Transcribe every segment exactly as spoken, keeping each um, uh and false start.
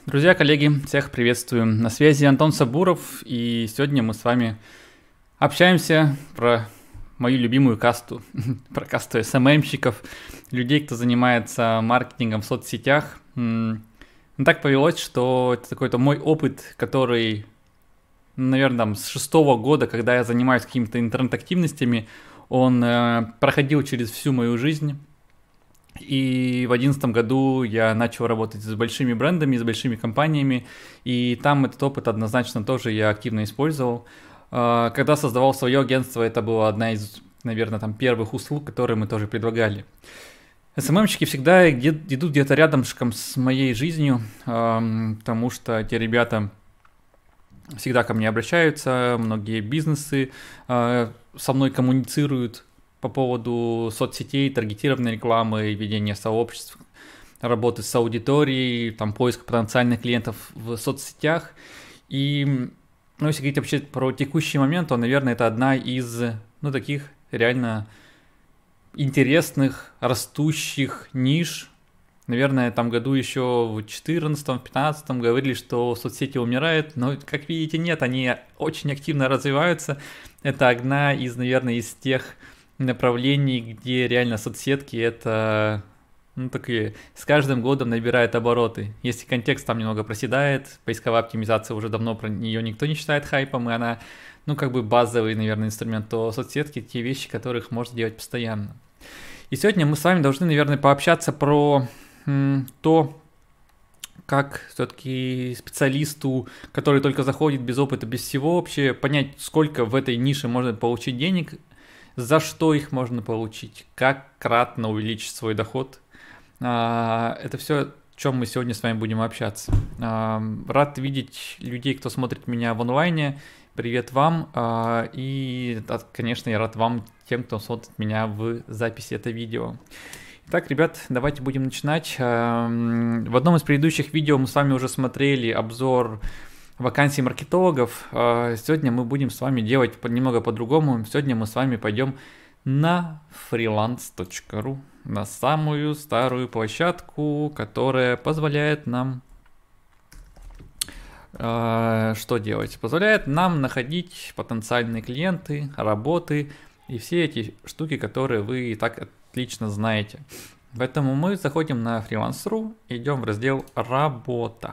Друзья, коллеги, всех приветствую. На связи Антон Сабуров, и сегодня мы с вами общаемся про мою любимую касту, про касту эс эм эм-щиков, людей, кто занимается маркетингом в соцсетях. М, ну, так повелось, что это какой-то мой опыт, который, наверное, там, с шестого года, когда я занимаюсь какими-то интернет-активностями, он э, проходил через всю мою жизнь. И в одиннадцатом году я начал работать с большими брендами, с большими компаниями, и там этот опыт однозначно тоже я активно использовал. А, Когда создавал свое агентство, это была одна из, наверное, там первых услуг, которые мы тоже предлагали. эс эм эм-щики всегда где- идут где-то рядом с моей жизнью, ам, потому что эти ребята всегда ко мне обращаются, многие бизнесы а, со мной коммуницируют по поводу соцсетей, таргетированной рекламы, ведения сообществ, работы с аудиторией, там, поиска потенциальных клиентов в соцсетях. И, ну, если говорить вообще про текущий момент, то, наверное, это одна из, ну, таких реально интересных, растущих ниш. Наверное, там году еще в четырнадцатом-пятнадцатом говорили, что соцсети умирают, но, как видите, нет, они очень активно развиваются. Это одна из, наверное, из тех направлений, где реально соцсетки это, ну, такие, с каждым годом набирает обороты. Если контекст там немного проседает, поисковая оптимизация уже давно про нее никто не считает хайпом, и она, ну, как бы базовый, наверное, инструмент, то соцсетки те вещи, которых можно делать постоянно. И сегодня мы с вами должны, наверное, пообщаться про м, то, как все-таки специалисту, который только заходит без опыта, без всего, вообще понять, сколько в этой нише можно получить денег, за что их можно получить, как кратно увеличить свой доход. А, Это все, о чем мы сегодня с вами будем общаться. А, Рад видеть людей, кто смотрит меня в онлайне. Привет вам. А, И, да, конечно, я рад вам, тем, кто смотрит меня в записи этого видео. Итак, ребят, давайте будем начинать. А, м, В одном из предыдущих видео мы с вами уже смотрели обзор вакансий маркетологов. А, Сегодня мы будем с вами делать по- немного по-другому. Сегодня мы с вами пойдем на фриланс точка ру, на самую старую площадку, которая позволяет нам а, что делать? Позволяет нам находить потенциальные клиенты, работы и все эти штуки, которые вы и так отлично знаете. Поэтому мы заходим на фриланс точка ру, идем в раздел «Работа».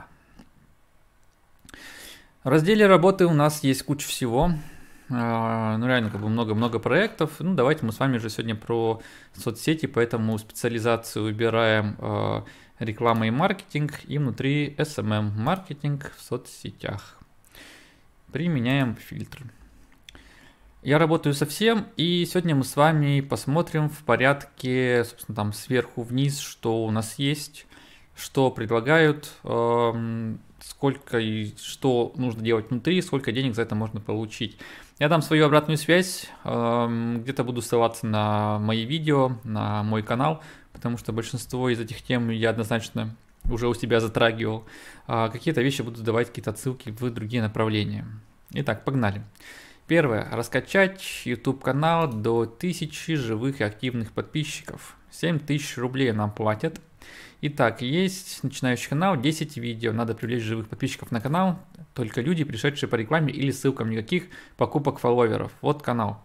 В разделе работы у нас есть куча всего. А, Ну, реально, как бы много-много проектов. Ну, давайте мы с вами же сегодня про соцсети, поэтому специализацию выбираем а, реклама и маркетинг, и внутри эс эм эм маркетинг в соцсетях. Применяем фильтр. Я работаю со всем, и сегодня мы с вами посмотрим в порядке, собственно, там сверху вниз, что у нас есть, что предлагают, эм, сколько и что нужно делать внутри, сколько денег за это можно получить. Я дам свою обратную связь, эм, где-то буду ссылаться на мои видео, на мой канал, потому что большинство из этих тем я однозначно уже у себя затрагивал. А какие-то вещи буду давать, какие-то отсылки в другие направления. Итак, погнали. Первое. Раскачать YouTube канал до тысячи живых и активных подписчиков. семь тысяч рублей нам платят. Итак, есть начинающий канал, десять видео. Надо привлечь живых подписчиков на канал. Только люди, пришедшие по рекламе или ссылкам, никаких покупок фолловеров. Вот канал.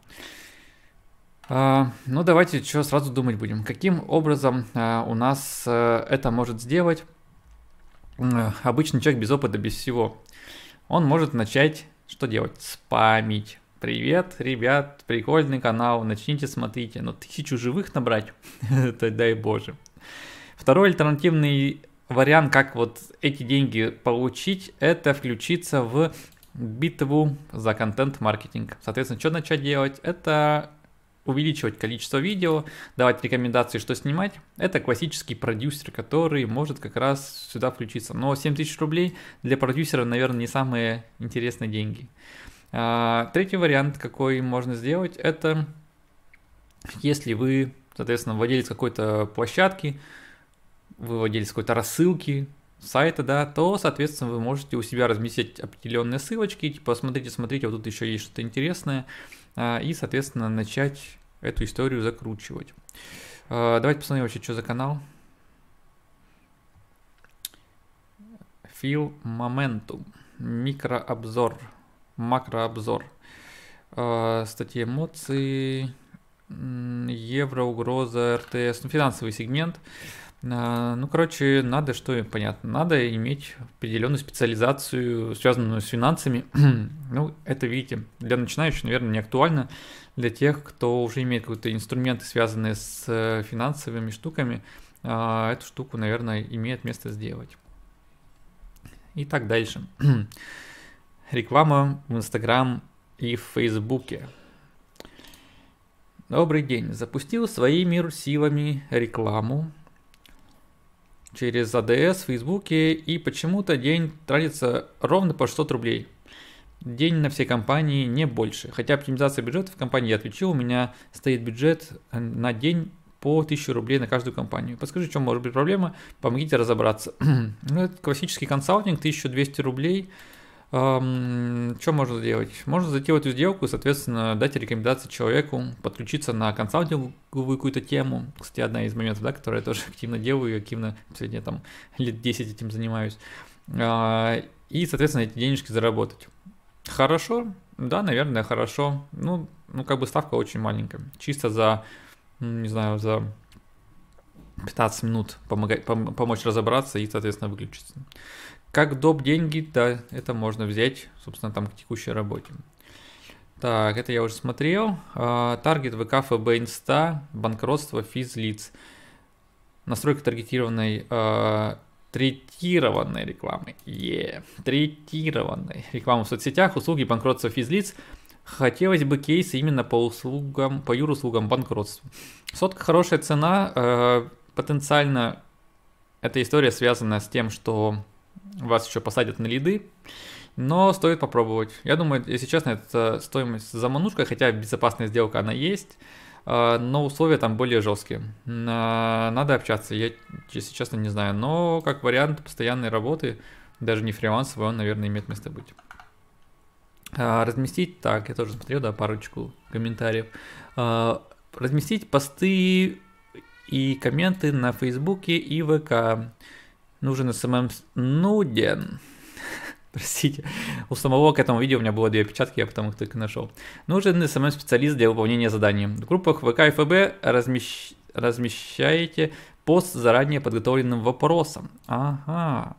А, ну, давайте что сразу думать будем. Каким образом а, у нас а, это может сделать а, обычный человек без опыта, без всего? Он может начать что делать? Спамить. Привет, ребят, прикольный канал, начните смотрите. Но тысячу живых набрать, это дай боже. Второй альтернативный вариант, как вот эти деньги получить, это включиться в битву за контент-маркетинг. Соответственно, что начать делать? Это увеличивать количество видео, давать рекомендации, что снимать. Это классический продюсер, который может как раз сюда включиться. Но семь тысяч рублей для продюсера, наверное, не самые интересные деньги. А, третий вариант, какой можно сделать, это если вы, соответственно, владелец какой-то площадки, вы владелец какой-то рассылки, сайта, да, то, соответственно, вы можете у себя разместить определенные ссылочки, типа, смотрите, смотрите, вот тут еще есть что-то интересное, и, соответственно, начать эту историю закручивать. Давайте посмотрим вообще, что за канал. Feel Momentum. Микрообзор. Макрообзор. Э, статьи эмоций. Евро, угроза, эр тэ эс. Ну, финансовый сегмент. Э, ну, короче, надо, что понятно, надо иметь определенную специализацию, связанную с финансами. Ну, это, видите, для начинающих, наверное, не актуально. Для тех, кто уже имеет какие-то инструменты, связанные с финансовыми штуками, э, эту штуку, наверное, имеет место сделать. И так дальше. Реклама в Инстаграм и в Фейсбуке. Добрый день. Запустил своими силами рекламу через а дэ эс в Фейсбуке, и почему-то день тратится ровно по шестьсот рублей. День на всей компании, не больше. Хотя оптимизация бюджета в компании я отвечу, у меня стоит бюджет на день по тысяче рублей на каждую компанию. Подскажи, в чем может быть проблема, помогите разобраться. Ну, это классический консалтинг, тысяча двести рублей. Эм, что можно сделать? Можно зайти в эту сделку и, соответственно, дать рекомендации человеку, подключиться на консалтинговую какую-то тему. Кстати, одна из моментов, да, которую я тоже активно делаю, активно сегодня там лет десять этим занимаюсь. Э, и, соответственно, эти денежки заработать. Хорошо? Да, наверное, хорошо. Ну, ну, как бы ставка очень маленькая. Чисто за, не знаю, за пятнадцать минут помогать, пом- помочь разобраться и, соответственно, выключиться. Как доп. Деньги, да, это можно взять, собственно, там к текущей работе. Так, это я уже смотрел. Таргет, вэ ка, эф бэ, Инста, банкротство, физлиц. Настройка таргетированной, э, третированной рекламы. Yeah. Третированной рекламы в соцсетях, услуги банкротства физлиц. Хотелось бы кейсы именно по услугам, по юруслугам банкротства. Сотка хорошая цена, э, потенциально эта история связана с тем, что вас еще посадят на лиды, но стоит попробовать. Я думаю, если честно, это стоимость заманушка, хотя безопасная сделка она есть, но условия там более жесткие. Надо общаться, я, если честно, не знаю, но как вариант постоянной работы, даже не фрилансовый, он, наверное, имеет место быть. Разместить, так, я тоже смотрел, да, парочку комментариев. Разместить посты и комменты на Фейсбуке и вэ ка. Нужен эс эм эм нуден. Простите, у самого к этому видео у меня было две опечатки, я потому их только нашел. Нужен эс эм эм-специалист для выполнения заданий. В группах вэ ка и эф бэ размещ... размещаете пост с заранее подготовленным вопросом. Ага.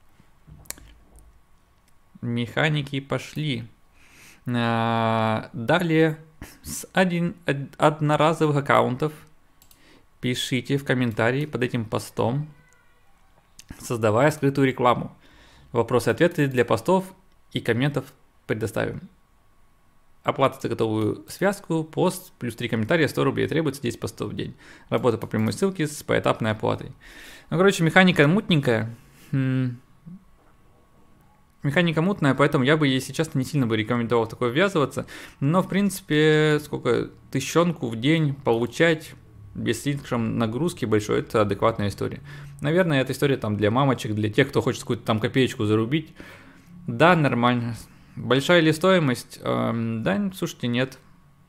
Механики пошли. А, далее с один, одноразовых аккаунтов пишите в комментарии под этим постом, создавая скрытую рекламу. Вопросы и ответы для постов и комментов предоставим. Оплата за готовую связку, пост, плюс три комментария, сто рублей. Требуется десять постов в день. Работа по прямой ссылке с поэтапной оплатой. Ну, короче, механика мутненькая. М-м. Механика мутная, поэтому я бы, если честно, не сильно бы рекомендовал в такое ввязываться. Но, в принципе, сколько, тысячонку в день получать без слишком нагрузки большой, это адекватная история. Наверное, эта история там для мамочек, для тех, кто хочет какую-то там копеечку зарубить. Да, нормально. Большая ли стоимость? Эм, да, слушайте, нет.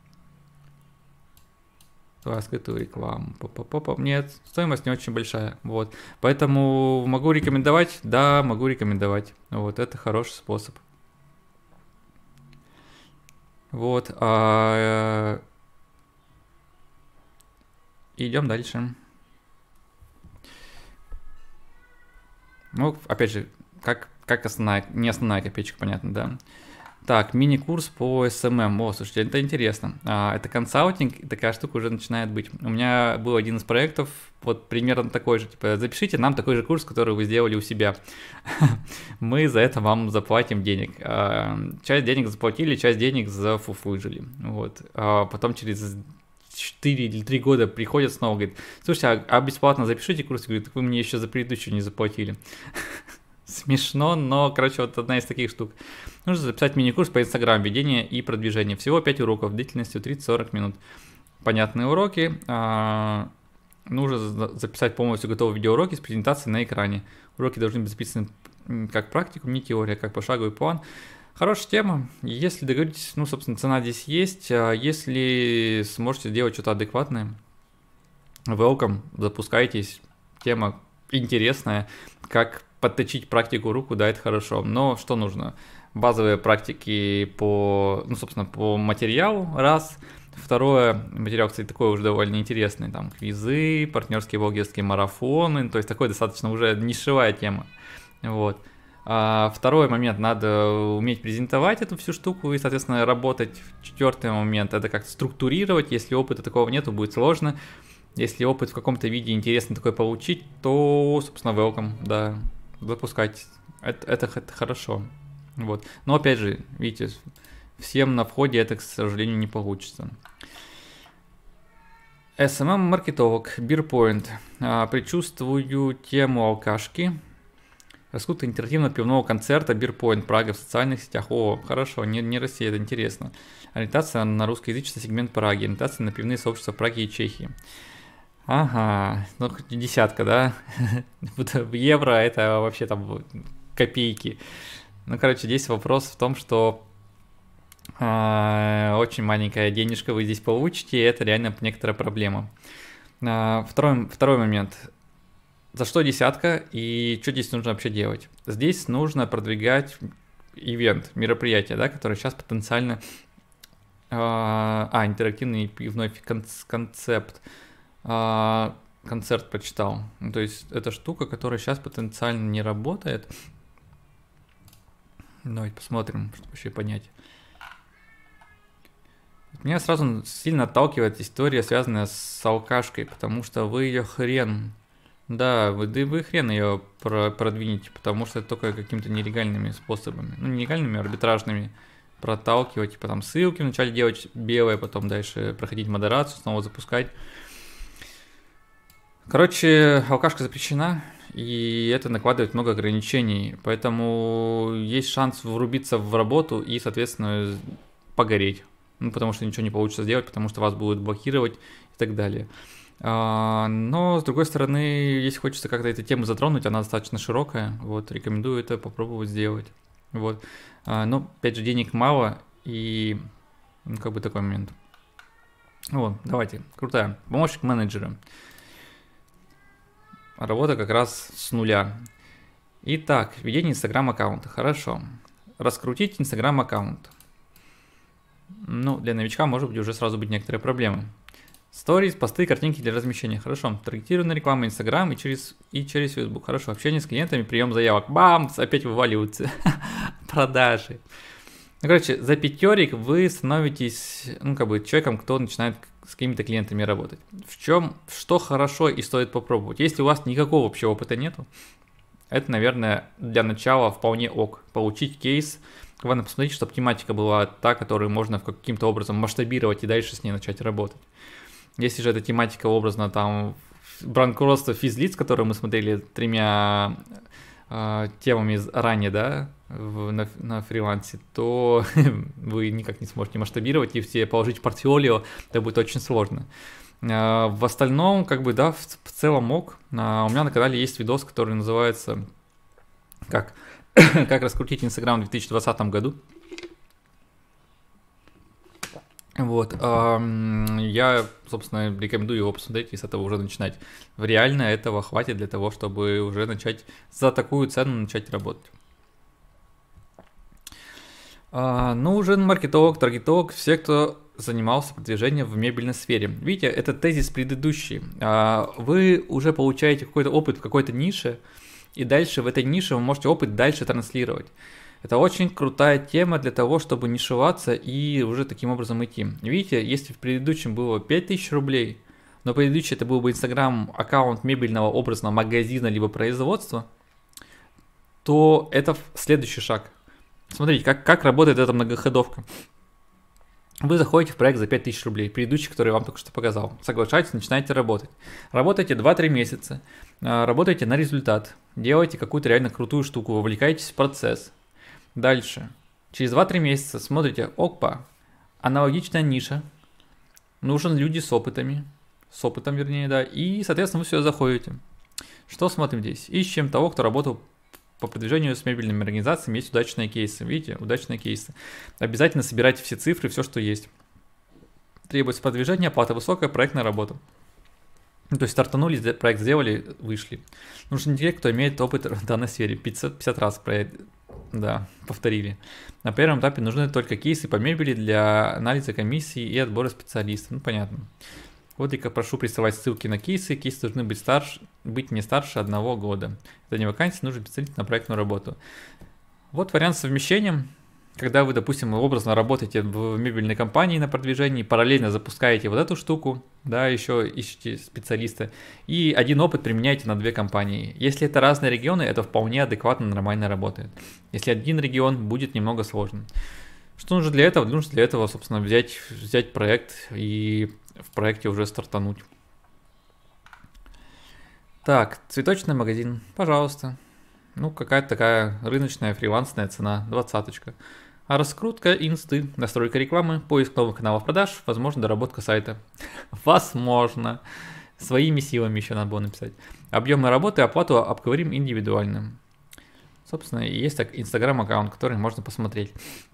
Скрытую рекламу. По-по-по-по. Нет, стоимость не очень большая. Вот. Поэтому могу рекомендовать? Да, могу рекомендовать. Вот, это хороший способ. Вот. А... Идем дальше. Ну, опять же, как, как основная, не основная копеечка, понятно, да. Так, мини-курс по эс эм эм. О, слушайте, это интересно. А, это консалтинг, и такая штука уже начинает быть. У меня был один из проектов, вот примерно такой же, типа, запишите нам такой же курс, который вы сделали у себя. Мы за это вам заплатим денег. Часть денег заплатили, часть денег зафуфыжили. Вот. Потом через четыре или три года приходят снова, говорит, слушайте, а бесплатно запишите курс? Говорит, так вы мне еще за предыдущий не заплатили. Смешно, но, короче, вот одна из таких штук. Нужно записать мини-курс по Инстаграм, ведение и продвижение. Всего пять уроков, длительностью тридцать-сорок минут. Понятные уроки. А, нужно записать полностью готовые видеоуроки с презентацией на экране. Уроки должны быть записаны как практикум, не теория, как пошаговый план. Хорошая тема. Если договоритесь, ну, собственно, цена здесь есть. Если сможете сделать что-то адекватное, welcome, запускайтесь. Тема интересное, как подточить практику рук, да, это хорошо. Но что нужно? Базовые практики по, ну, собственно, по материалу, раз. Второе, материал, кстати, такой уже довольно интересный, там, квизы, партнерские блогерские марафоны, то есть такой достаточно уже нишевая тема, вот. А второй момент, надо уметь презентовать эту всю штуку и, соответственно, работать. Четвертый момент, это как-то структурировать, если опыта такого нету, будет сложно. Если опыт в каком-то виде интересно такой получить, то, собственно, welcome, да, запускать, это, это, это хорошо, вот. Но, опять же, видите, всем на входе это, к сожалению, не получится. эс эм эм-маркетолог, Бирпоинт. Предчувствую тему алкашки. Раскрутка интерактивного пивного концерта Бирпоинт Прага в социальных сетях. О, хорошо, не, не Россия, это интересно. Ориентация на русскоязычный сегмент Праги. Ориентация на пивные сообщества Праги и Чехии. Ага, ну хоть десятка, да? В евро это вообще там копейки. Ну, короче, здесь вопрос в том, что э, очень маленькая денежка вы здесь получите, и это реально некоторая проблема. Э, второй, второй момент. За что десятка и что здесь нужно вообще делать? Здесь нужно продвигать ивент, мероприятие, да, которое сейчас потенциально... Э, а, интерактивный пивной концепт. Э, концерт прочитал. Ну, то есть это штука, которая сейчас потенциально не работает. Давайте посмотрим, чтобы еще понять. Меня сразу сильно отталкивает история, связанная с алкашкой, потому что вы ее хрен... Да, вы, да вы хрен ее продвинете, потому что это только какими-то нелегальными способами. Ну, нелегальными, арбитражными. Проталкивать, типа там ссылки вначале делать белые, потом дальше проходить модерацию, снова запускать. Короче, алкашка запрещена, и это накладывает много ограничений, поэтому есть шанс врубиться в работу и, соответственно, погореть. Ну, потому что ничего не получится сделать, потому что вас будут блокировать и так далее. Но, с другой стороны, если хочется как-то эту тему затронуть, она достаточно широкая, вот, рекомендую это попробовать сделать. Вот. Но, опять же, денег мало, и, ну, как бы такой момент. Вот, давайте, крутая. Помощник менеджера. Работа как раз с нуля. Итак, ведение инстаграм-аккаунта. Хорошо. Раскрутить инстаграм-аккаунт. Ну, для новичка может быть уже сразу быть некоторые проблемы. Сторис, посты, картинки для размещения. Хорошо. Таргетированная реклама Инстаграм и через, и через Facebook. Хорошо. Общение с клиентами, прием заявок. Бам! Опять вываливаются продажи. Ну, короче, за пятерик вы становитесь, ну, как бы, человеком, кто начинает с какими-то клиентами работать. В чем, что хорошо и стоит попробовать. Если у вас никакого вообще опыта нету, это, наверное, для начала вполне ок. Получить кейс. Главное посмотреть, чтобы тематика была та, которую можно каким-то образом масштабировать и дальше с ней начать работать. Если же эта тематика образно там банкротство физлиц, которую мы смотрели тремя э, темами ранее, да, в, на, на фрилансе, то вы никак не сможете масштабировать и все положить в портфолио, это будет очень сложно. Э, в остальном, как бы, да, в, в целом мог. Э, у меня на канале есть видос, который называется «Как, как раскрутить Инстаграм в две тысячи двадцатом году». Вот, я, собственно, рекомендую его посмотреть и с этого уже начинать. Реально этого хватит для того, чтобы уже начать за такую цену начать работать. Нужен маркетолог, таргетолог, все, кто занимался продвижением в мебельной сфере. Видите, это тезис предыдущий. Вы уже получаете какой-то опыт в какой-то нише, и дальше в этой нише вы можете опыт дальше транслировать. Это очень крутая тема для того, чтобы нишеваться и уже таким образом идти. Видите, если в предыдущем было пять тысяч рублей, но предыдущий это был бы Инстаграм аккаунт мебельного образного магазина либо производства, то это следующий шаг. Смотрите, как, как работает эта многоходовка. Вы заходите в проект за пять тысяч рублей, предыдущий, который я вам только что показал. Соглашаетесь, начинаете работать. Работаете два-три месяца, работаете на результат, делаете какую-то реально крутую штуку, вовлекаетесь в процесс. Дальше. Через два-три месяца смотрите, опа, аналогичная ниша, нужен люди с опытами, с опытом вернее, да, и, соответственно, вы все заходите. Что смотрим здесь? Ищем того, кто работал по продвижению с мебельными организациями, есть удачные кейсы, видите, удачные кейсы. Обязательно собирайте все цифры, все, что есть. Требуется продвижение, оплата высокая, проектная работа. Ну, то есть стартанули, проект сделали, вышли. Нужен те, кто имеет опыт в данной сфере. пятьсот пятьдесят раз проект, да, повторили. На первом этапе нужны только кейсы по мебели для анализа комиссии и отбора специалистов. Ну, понятно. Вот и прошу присылать ссылки на кейсы. Кейсы должны быть, старше, быть не старше одного года. Это не вакансия, нужен специалист на проектную работу. Вот вариант с совмещением. Когда вы, допустим, образно работаете в мебельной компании на продвижении, параллельно запускаете вот эту штуку, да, еще ищете специалиста, и один опыт применяете на две компании. Если это разные регионы, это вполне адекватно, нормально работает. Если один регион, будет немного сложно. Что нужно для этого? Нужно для этого, собственно, взять, взять проект и в проекте уже стартануть. Так, цветочный магазин, пожалуйста. Ну, какая-то такая рыночная фрилансная цена, двадцаточка. А раскрутка инсты, настройка рекламы, поиск новых каналов продаж, возможно, доработка сайта. Возможно. Своими силами еще надо было написать. Объемы работы, оплату обговорим индивидуально. Собственно, есть так инстаграм-аккаунт, который можно посмотреть.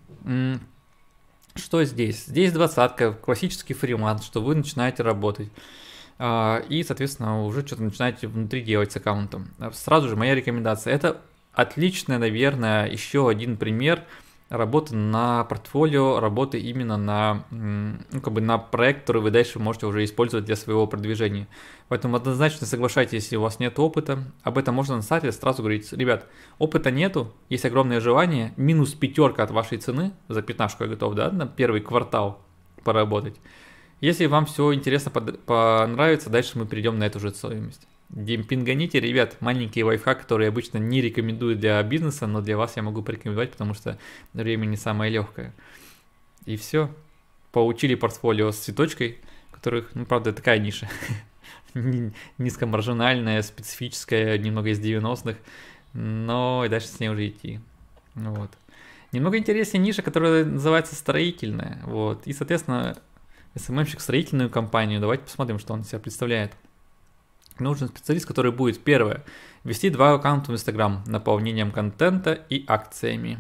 Что здесь? Здесь двадцатка, классический фриланс, что вы начинаете работать. И, соответственно, уже что-то начинаете внутри делать с аккаунтом. Сразу же моя рекомендация. Это отличный, наверное, еще один пример работы на портфолио, работы именно на, ну, как бы на проект, который вы дальше можете уже использовать для своего продвижения. Поэтому однозначно соглашайтесь, если у вас нет опыта. Об этом можно на сайте сразу говорить: ребят, опыта нету, есть огромное желание, минус пятерка от вашей цены, за пятнашку я готов, да, на первый квартал поработать. Если вам все интересно, понравится, дальше мы перейдем на эту же стоимость. Демпинганите, ребят, маленький лайфхак, который обычно не рекомендую для бизнеса, но для вас я могу порекомендовать, потому что время не самое легкое. И все. Получили портфолио с цветочкой, которых, ну, правда, такая ниша. Низкомаржинальная, специфическая, немного из девяностых, но и дальше с ней уже идти. Вот. Немного интереснее ниша, которая называется строительная. Вот. И, соответственно, эс эм эм-щик строительную компанию. Давайте посмотрим, что он из себя представляет. Нужен специалист, который будет, первое, вести два аккаунта в Instagram, наполнением контента и акциями.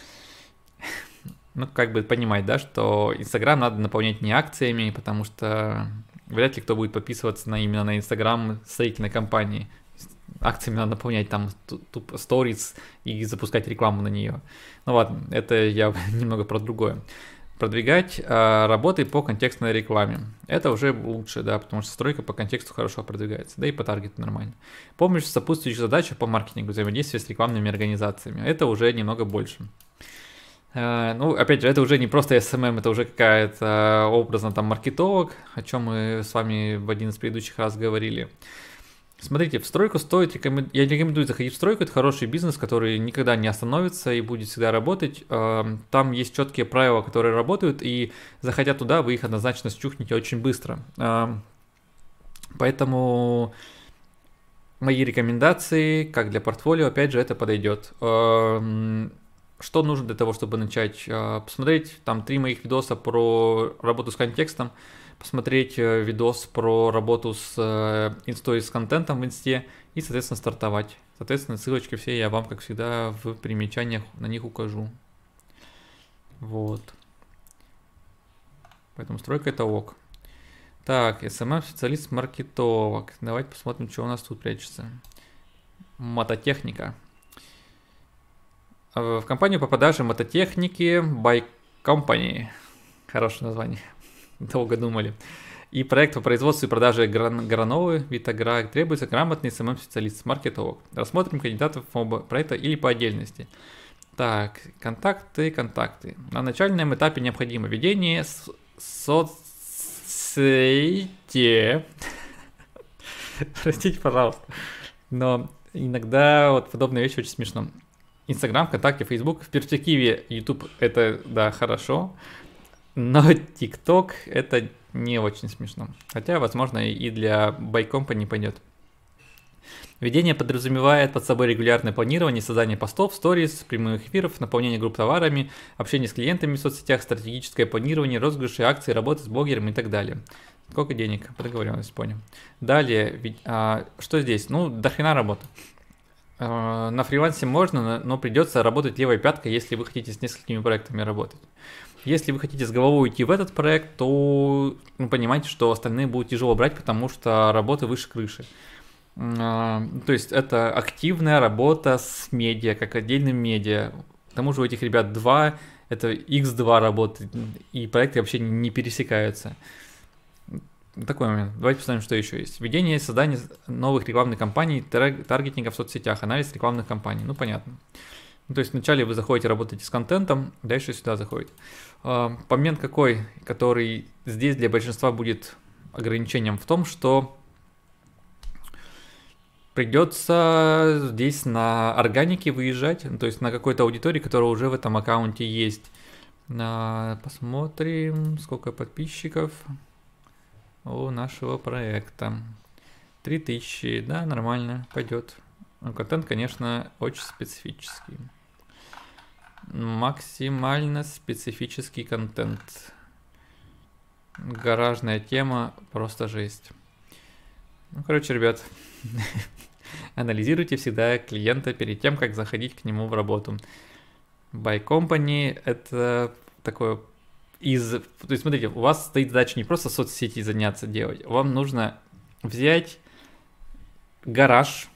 Ну, как бы понимать, да, что Instagram надо наполнять не акциями, потому что вряд ли кто будет подписываться на, именно на Instagram строительной компании. Акциями надо наполнять там тупо stories и запускать рекламу на нее. Ну ладно, это я немного про другое. Продвигать э, работы по контекстной рекламе. Это уже лучше, да, потому что стройка по контексту хорошо продвигается, да и по таргету нормально. Помощь в сопутствующих задачах по маркетингу, взаимодействие с рекламными организациями. Это уже немного больше. Э, ну, опять же, это уже не просто эс эм эм, это уже какая-то образно там маркетолог, о чем мы с вами в один из предыдущих раз говорили. Смотрите, в стройку стоит, рекомен... я рекомендую заходить в стройку, это хороший бизнес, который никогда не остановится и будет всегда работать. Там есть четкие правила, которые работают, и заходя туда, вы их однозначно счухнете очень быстро. Поэтому мои рекомендации, как для портфолио, опять же, это подойдет. Что нужно для того, чтобы начать? Посмотреть там три моих видоса про работу с контекстом, посмотреть видос про работу с инстой, с контентом в инсте и, соответственно, стартовать. Соответственно, ссылочки все я вам, как всегда, в примечаниях на них укажу. Вот. Поэтому стройка это ок. Так, эс эм эм-специалист маркетолог. Давайте посмотрим, что у нас тут прячется. Мототехника. В компанию по продаже мототехники by Company. Хорошее название. Долго думали. И проект по производству и продаже гранолы Витагра требуется грамотный эс эм эм-специалист, маркетолог. Рассмотрим кандидатов в оба проекта или по отдельности. Так, контакты, контакты. На начальном этапе необходимо ведение соцсети. Простите, пожалуйста. Но иногда вот подобные вещи очень смешно. Инстаграм, ВКонтакте, Фейсбук. В перспективе YouTube это, да, хорошо. Но ТикТок это не очень смешно. Хотя, возможно, и для by Company пойдет. Ведение подразумевает под собой регулярное планирование, создание постов, сторис, прямых эфиров, наполнение групп товарами, общение с клиентами в соцсетях, стратегическое планирование, розыгрыши, акции, работы с блогером и так далее. Сколько денег? По договоренности, понял. Далее, а, что здесь? Ну, дохрена работы. На фрилансе можно, но придется работать левой пяткой, если вы хотите с несколькими проектами работать. Если вы хотите с головой идти в этот проект, то ну, понимаете, что остальные будут тяжело брать, потому что работа выше крыши. То есть это активная работа с медиа, как отдельным медиа. К тому же у этих ребят два, это икс два работы, и проекты вообще не пересекаются. Такой момент. Давайте посмотрим, что еще есть. Введение и создание новых рекламных кампаний, таргетинга в соцсетях, анализ рекламных кампаний. Ну, понятно. Ну, то есть вначале вы заходите, работаете с контентом, дальше сюда заходите. Момент какой, который здесь для большинства будет ограничением в том, что придется здесь на органике выезжать, то есть на какой-то аудитории, которая уже в этом аккаунте есть. Посмотрим, сколько подписчиков у нашего проекта. три тысячи, да, нормально, пойдет. Контент, конечно, очень специфический. Максимально специфический контент. Гаражная тема, просто жесть. Ну, короче, ребят, анализируйте всегда клиента перед тем, как заходить к нему в работу. Buy Company — это такое из... То есть, смотрите, у вас стоит задача не просто соцсети заняться делать, вам нужно взять гараж,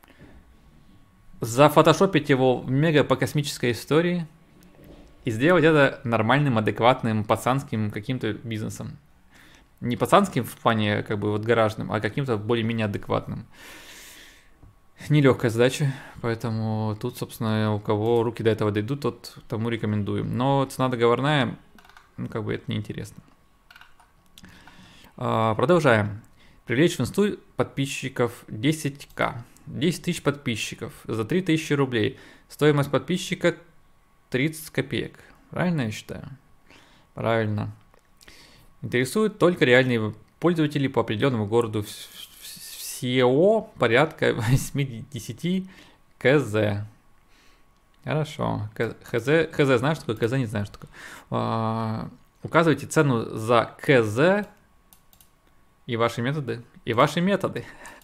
зафотошопить его в мега по космической истории и сделать это нормальным, адекватным, пацанским каким-то бизнесом. Не пацанским в плане как бы вот гаражным, а каким-то более-менее адекватным. Нелегкая задача, поэтому тут, собственно, у кого руки до этого дойдут, тот тому рекомендуем. Но цена договорная, ну, как бы это неинтересно. А, продолжаем. Привлечь в инсту подписчиков десять тысяч. десять тысяч подписчиков за три тысячи рублей. Стоимость подписчика тридцать копеек. Правильно я считаю? Правильно. Интересуют только реальные пользователи по определенному городу. Всего порядка восемьдесят кз. Хорошо. ХЗ, ХЗ знаешь, что такое? КЗ не знаю, что такое. А, указывайте цену за КЗ и ваши методы. И ваши методы.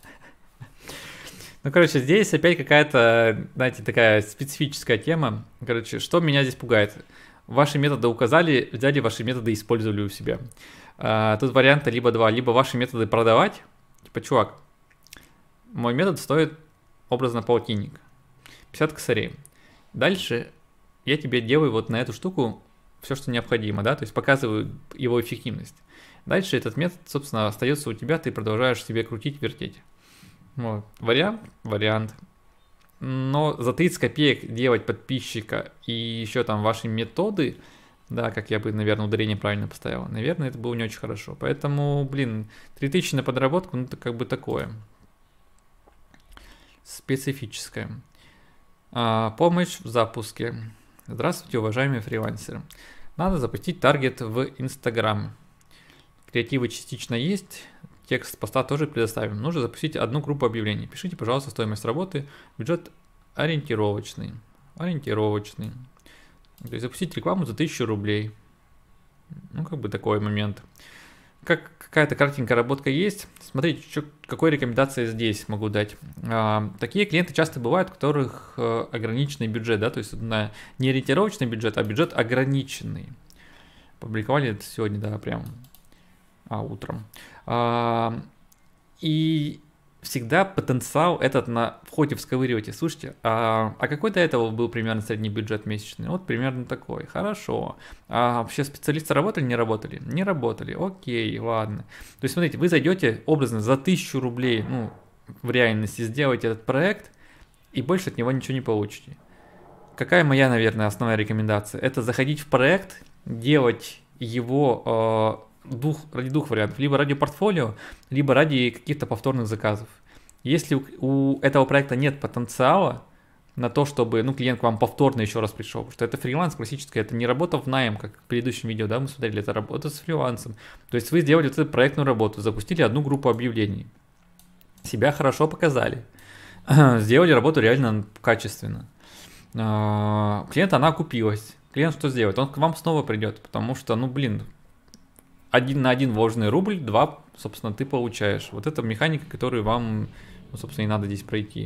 Ну, короче, здесь опять какая-то, знаете, такая специфическая тема. Короче, что меня здесь пугает? Ваши методы указали, взяли ваши методы и использовали у себя. А, тут варианта либо два. Либо ваши методы продавать. Типа, чувак, мой метод стоит образно полтинник. пятьдесят косарей. Дальше я тебе делаю вот на эту штуку все, что необходимо, да, то есть показываю его эффективность. Дальше этот метод, собственно, остается у тебя, ты продолжаешь себе крутить, вертеть. Вот. Вариант? Вариант. Но за тридцать копеек делать подписчика и еще там ваши методы, да, как я бы, наверное, ударение правильно поставил, наверное, это было не очень хорошо. Поэтому, блин, три тысячи на подработку, ну, это как бы такое. Специфическое. А, помощь в запуске. Здравствуйте, уважаемые фрилансеры. Надо запустить таргет в Инстаграм. Креативы частично есть. Текст поста тоже предоставим. Нужно запустить одну группу объявлений. Пишите, пожалуйста, стоимость работы. Бюджет ориентировочный. Ориентировочный. То есть запустить рекламу за тысячу рублей. Ну, как бы такой момент. Как какая-то картинка, работка есть. Смотрите, что, какой рекомендации здесь могу дать. А, такие клиенты часто бывают, у которых а, ограниченный бюджет, да, то есть на, не ориентировочный бюджет, а бюджет ограниченный. Публиковали это сегодня, да, прям а, утром. А, и всегда потенциал этот на входе всковыриваете. Слушайте, а, а какой до этого был примерно средний бюджет месячный? Вот примерно такой. Хорошо. А вообще специалисты работали, не работали? Не работали. Окей, ладно. То есть, смотрите, вы зайдете образно за тысячу рублей, ну, в реальности сделаете этот проект, и больше от него ничего не получите. Какая моя, наверное, основная рекомендация? Это заходить в проект, делать его... Э, Двух, ради двух вариантов. Либо ради портфолио, либо ради каких-то повторных заказов. Если у, у этого проекта нет потенциала на то, чтобы ну, клиент к вам повторно еще раз пришел, потому что это фриланс классический, это не работа в найм, как в предыдущем видео, да, мы смотрели, это работа с фрилансом. То есть вы сделали вот эту проектную работу, запустили одну группу объявлений, себя хорошо показали, сделали работу реально качественно. Клиент, она окупилась. Клиент что сделает? Он к вам снова придет, потому что, ну, блин, один на один вложенный рубль, два, собственно, ты получаешь. Вот это механика, которую вам, ну, собственно, и надо здесь пройти.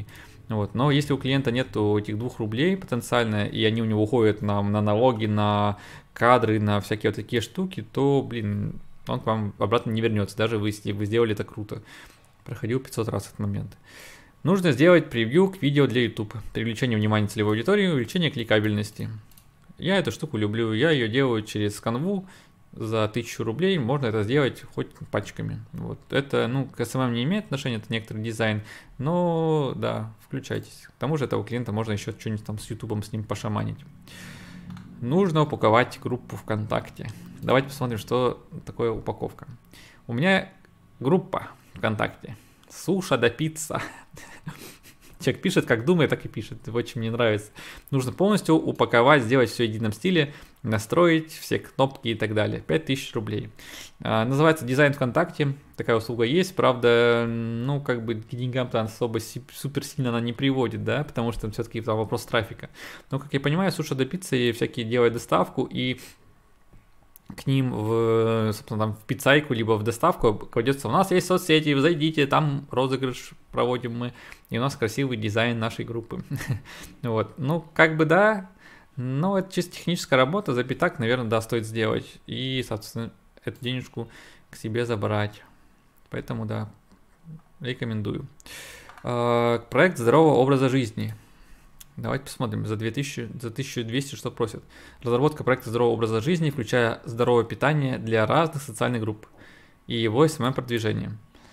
Вот. Но если у клиента нет этих двух рублей потенциально, и они у него уходят на, на налоги, на кадры, на всякие вот такие штуки, то, блин, он к вам обратно не вернется, даже вы, если вы сделали это круто. Проходил пятьсот раз этот момент. Нужно сделать превью к видео для YouTube. Привлечение внимания целевой аудитории, увеличение кликабельности. Я эту штуку люблю, я ее делаю через Canva за тысячу рублей, можно это сделать хоть пачками. Вот. Это, ну, к эс эм эм не имеет отношения, это некоторый дизайн, но, да, включайтесь. К тому же этого клиента можно еще что-нибудь там с YouTube с ним пошаманить. Нужно упаковать группу ВКонтакте. Давайте посмотрим, что такое упаковка. У меня группа ВКонтакте. Суша да пицца. Человек пишет, как думает, так и пишет. Очень мне нравится. Нужно полностью упаковать, сделать все в едином стиле, настроить все кнопки и так далее. пять тысяч рублей. А, называется дизайн ВКонтакте. Такая услуга есть. Правда, ну, как бы к деньгам-то особо супер сильно она не приводит, да, потому что все-таки там вопрос трафика. Но, как я понимаю, Суша да пицца всякие делают доставку, и к ним в, собственно, там, в пиццайку, либо в доставку кладется: у нас есть соцсети, зайдите, там розыгрыш проводим мы, и у нас красивый дизайн нашей группы. Вот, ну, как бы да, но это чисто техническая работа, за пятак, наверное, да, стоит сделать, и, собственно, эту денежку к себе забрать. Поэтому, да, рекомендую. Проект здорового образа жизни. Давайте посмотрим, за две тысячи, за тысячу двести что просят. Разработка проекта здорового образа жизни, включая здоровое питание для разных социальных групп и его эс эм эм-продвижение.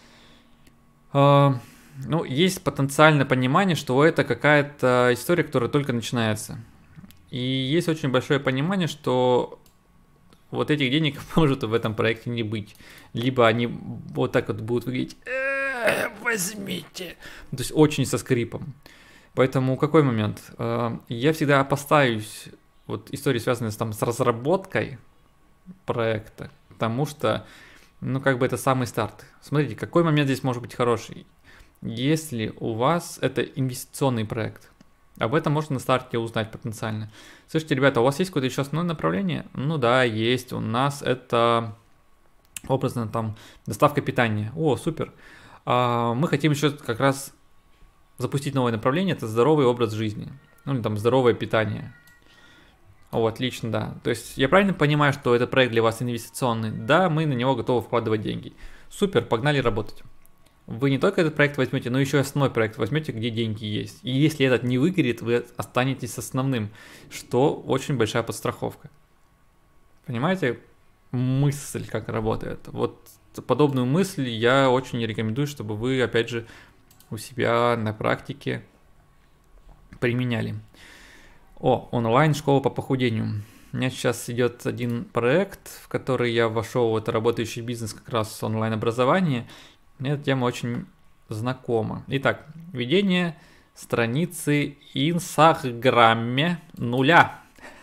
Ну, есть потенциальное понимание, что это какая-то история, которая только начинается. И есть очень большое понимание, что вот этих денег может в этом проекте не быть. Либо они вот так вот будут выглядеть: возьмите. То есть очень со скрипом. Поэтому какой момент? Я всегда опасаюсь вот истории, связанные с, там, с разработкой проекта, потому что, ну, как бы это самый старт. Смотрите, какой момент здесь может быть хороший? Если у вас это инвестиционный проект, об этом можно на старте узнать потенциально. Слушайте, ребята, у вас есть какое-то еще основное направление? Ну да, есть. У нас это, образно, там, доставка питания. О, супер. Мы хотим еще как раз запустить новое направление, это здоровый образ жизни, ну или там здоровое питание. О, отлично, да. То есть я правильно понимаю, что этот проект для вас инвестиционный? Да, мы на него готовы вкладывать деньги. Супер, погнали работать. Вы не только этот проект возьмете, но еще и основной проект возьмете, где деньги есть. И если этот не выгорит, вы останетесь с основным, что очень большая подстраховка. Понимаете мысль, как работает? Вот подобную мысль я очень рекомендую, чтобы вы, опять же, у себя на практике применяли. О, онлайн-школа по похудению. У меня сейчас идет один проект, в который я вошел, это работающий бизнес как раз онлайн-образование. Мне эта тема очень знакома. Итак, ведение страницы Инстаграме нуля.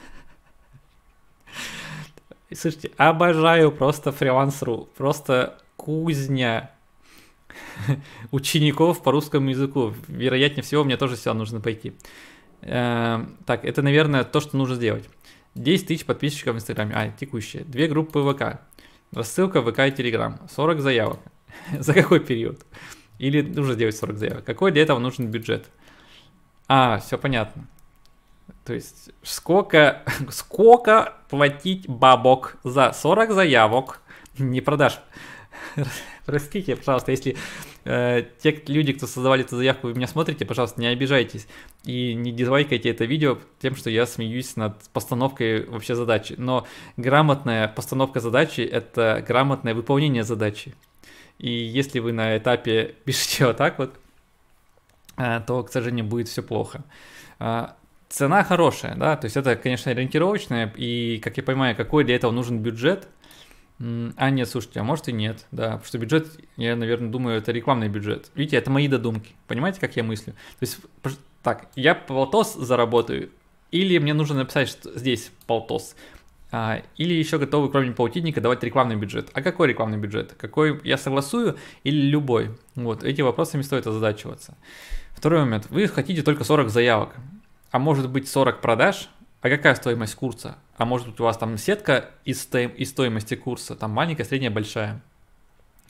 Слушайте, обожаю просто фриланс.ру, просто кузня учеников по русскому языку. Вероятнее всего, мне тоже сюда нужно пойти. Э, так, это, наверное, то, что нужно сделать. десять тысяч подписчиков в Инстаграме. А, текущие. Две группы ВК. Рассылка ВК и Телеграм. сорок заявок. За какой период? Или нужно сделать сорок заявок? Какой для этого нужен бюджет? А, все понятно. То есть, сколько, сколько платить бабок за сорок заявок? Не продашь. Простите, пожалуйста, если э, те люди, кто создавали эту заявку, вы меня смотрите, пожалуйста, не обижайтесь и не дизлайкайте это видео тем, что я смеюсь над постановкой вообще задачи. Но грамотная постановка задачи – это грамотное выполнение задачи. И если вы на этапе пишете вот так вот, э, то, к сожалению, будет все плохо. Э, цена хорошая, да, то есть это, конечно, ориентировочная, и, как я понимаю, какой для этого нужен бюджет. А нет, слушайте, а может и нет, да, потому что бюджет, я, наверное, думаю, это рекламный бюджет. Видите, это мои додумки, понимаете, как я мыслю? То есть, так, я полтос заработаю, или мне нужно написать, что здесь полтос, а, или еще готовы, кроме полтинника, давать рекламный бюджет. А какой рекламный бюджет? Какой я согласую или любой? Вот, эти вопросами стоит озадачиваться. Второй момент, вы хотите только сорок заявок, а может быть сорок продаж? А какая стоимость курса? А может быть у вас там сетка из, из стоимости курса, там маленькая, средняя, большая.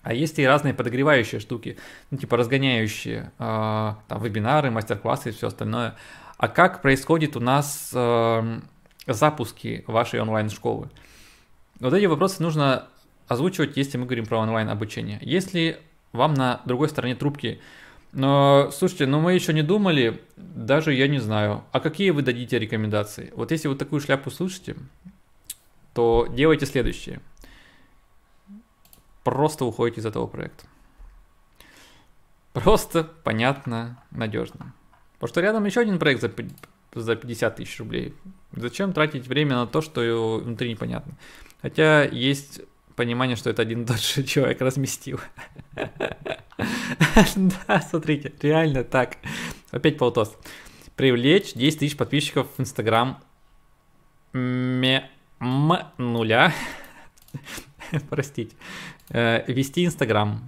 А есть и разные подогревающие штуки, ну, типа разгоняющие, э, там, вебинары, мастер-классы и все остальное. А как происходит у нас э, запуски вашей онлайн-школы? Вот эти вопросы нужно озвучивать, если мы говорим про онлайн-обучение. Если вам на другой стороне трубки, но, слушайте, ну мы еще не думали, даже я не знаю, а какие вы дадите рекомендации? Вот если вы такую шляпу слышите, то делайте следующее. Просто уходите из этого проекта. Просто, понятно, надежно. Потому что рядом еще один проект за, за пятьдесят тысяч рублей. Зачем тратить время на то, что внутри непонятно? Хотя есть понимание, что это один и тот же человек разместил. Да, смотрите, реально так. Опять полтос. Привлечь десять тысяч подписчиков в Инстаграм нуля. Простите. Вести Инстаграм.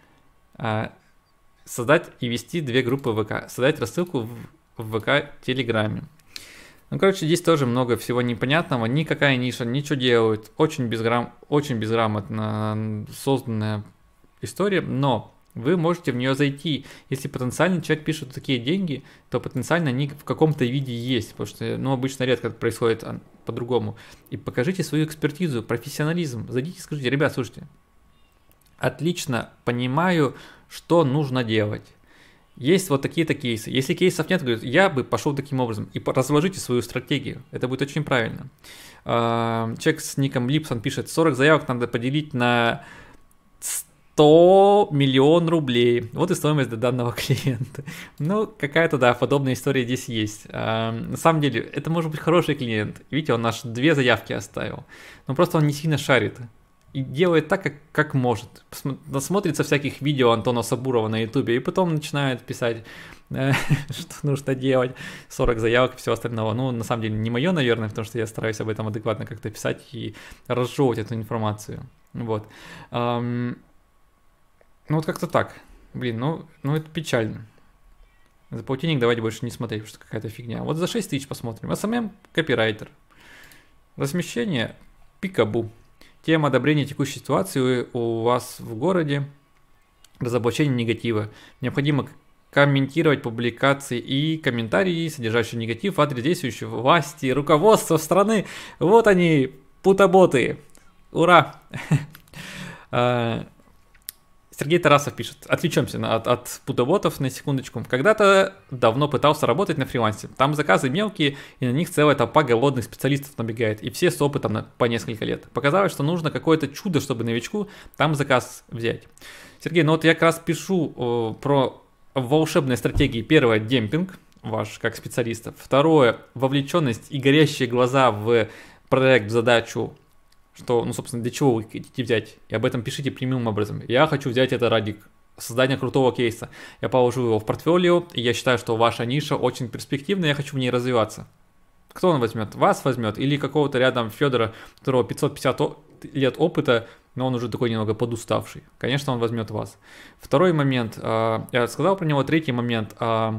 Создать и вести две группы ВК. Создать рассылку в ВК Телеграме. Ну, короче, здесь тоже много всего непонятного. Никакая ниша, ничего делают. Очень, безграм... Очень безграмотно созданная история, но вы можете в нее зайти. Если потенциально человек пишет такие деньги, то потенциально они в каком-то виде есть, потому что, ну, обычно редко это происходит по-другому. И покажите свою экспертизу, профессионализм. Зайдите и скажите: ребят, слушайте, отлично понимаю, что нужно делать. Есть вот такие-то кейсы. Если кейсов нет, говорят, я бы пошел таким образом. И разложите свою стратегию. Это будет очень правильно. Человек с ником Липсон пишет: сорок заявок надо поделить на сто миллионов рублей. Вот и стоимость для данного клиента. Ну, какая-то, да, подобная история здесь есть. На самом деле, это может быть хороший клиент. Видите, он аж две заявки оставил. Но просто он не сильно шарит. И делает так, как, как может. Насмотрится всяких видео Антона Сабурова на ютубе и потом начинает писать, э, что нужно делать, сорок заявок и всего остального. Ну, на самом деле, не мое, наверное, потому что я стараюсь об этом адекватно как-то писать и разжевывать эту информацию. Вот. Эм, ну, вот как-то так. Блин, ну, ну это печально. За полтинник давайте больше не смотреть, потому что какая-то фигня. Вот за шесть тысяч посмотрим. эс эм эм копирайтер. Размещение пикабу. Тема одобрения текущей ситуации у вас в городе, разоблачение негатива. Необходимо комментировать публикации и комментарии, содержащие негатив в адрес действующей власти, руководства страны. Вот они, путоботы. Ура! Сергей Тарасов пишет: отвлечемся от, от путоботов на секундочку. Когда-то давно пытался работать на фрилансе. Там заказы мелкие, и на них целая толпа голодных специалистов набегает. И все с опытом на, по несколько лет. Показалось, что нужно какое-то чудо, чтобы новичку там заказ взять. Сергей, ну вот я как раз пишу о, про волшебные стратегии. Первое — демпинг ваш как специалиста. Второе — вовлеченность и горящие глаза в проект, в задачу. Что, ну, собственно, для чего вы хотите взять. И об этом пишите прямым образом. Я хочу взять это ради создания крутого кейса. Я положу его в портфолио, и я считаю, что ваша ниша очень перспективная, я хочу в ней развиваться. Кто он возьмет? Вас возьмет? Или какого-то рядом Федора, у которого пятьсот пятьдесят лет опыта, но он уже такой немного подуставший? Конечно, он возьмет вас. Второй момент, я сказал про него. Третий момент,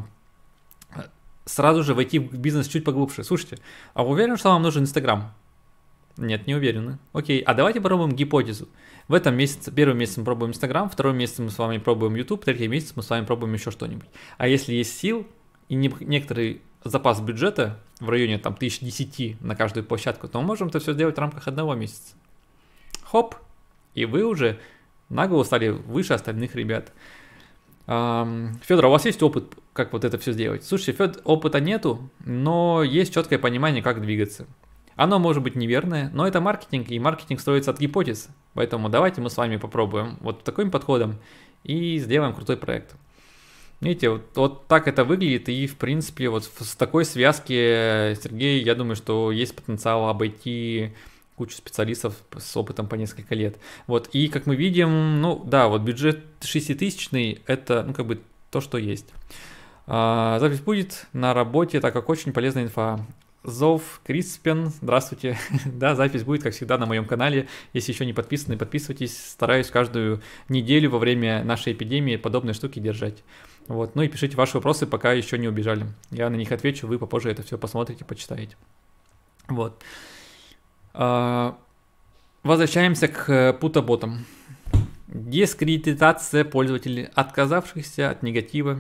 сразу же войти в бизнес чуть поглубже. Слушайте, а вы уверены, что вам нужен Инстаграм? Нет, не уверены. Окей, а давайте попробуем гипотезу. В этом месяце, первый месяц мы пробуем Инстаграм, второй месяц мы с вами пробуем YouTube, третий месяц мы с вами пробуем еще что-нибудь. А если есть сил и не, некоторый запас бюджета в районе там тысяч десяти на каждую площадку, то мы можем это все сделать в рамках одного месяца. Хоп, и вы уже на голову стали выше остальных ребят. Федор, а у вас есть опыт, как вот это все сделать? Слушайте, Федор, опыта нету, но есть четкое понимание, как двигаться. Оно может быть неверное, но это маркетинг, и маркетинг строится от гипотез. Поэтому давайте мы с вами попробуем вот таким подходом и сделаем крутой проект. Видите, вот, вот так это выглядит, и в принципе вот с такой связки, Сергей, я думаю, что есть потенциал обойти кучу специалистов с опытом по несколько лет. Вот, и как мы видим, ну да, вот бюджет шеститысячный, это, ну, как бы то, что есть. А, запись будет на работе, так как очень полезная инфа. Зов Криспен, здравствуйте. Да, запись будет, как всегда, на моем канале. Если еще не подписаны, подписывайтесь. Стараюсь каждую неделю во время нашей эпидемии подобные штуки держать. Вот. Ну и пишите ваши вопросы, пока еще не убежали. Я на них отвечу, вы попозже это все посмотрите, почитаете. Вот. Возвращаемся к путоботам. Дискредитация пользователей, отказавшихся от негатива.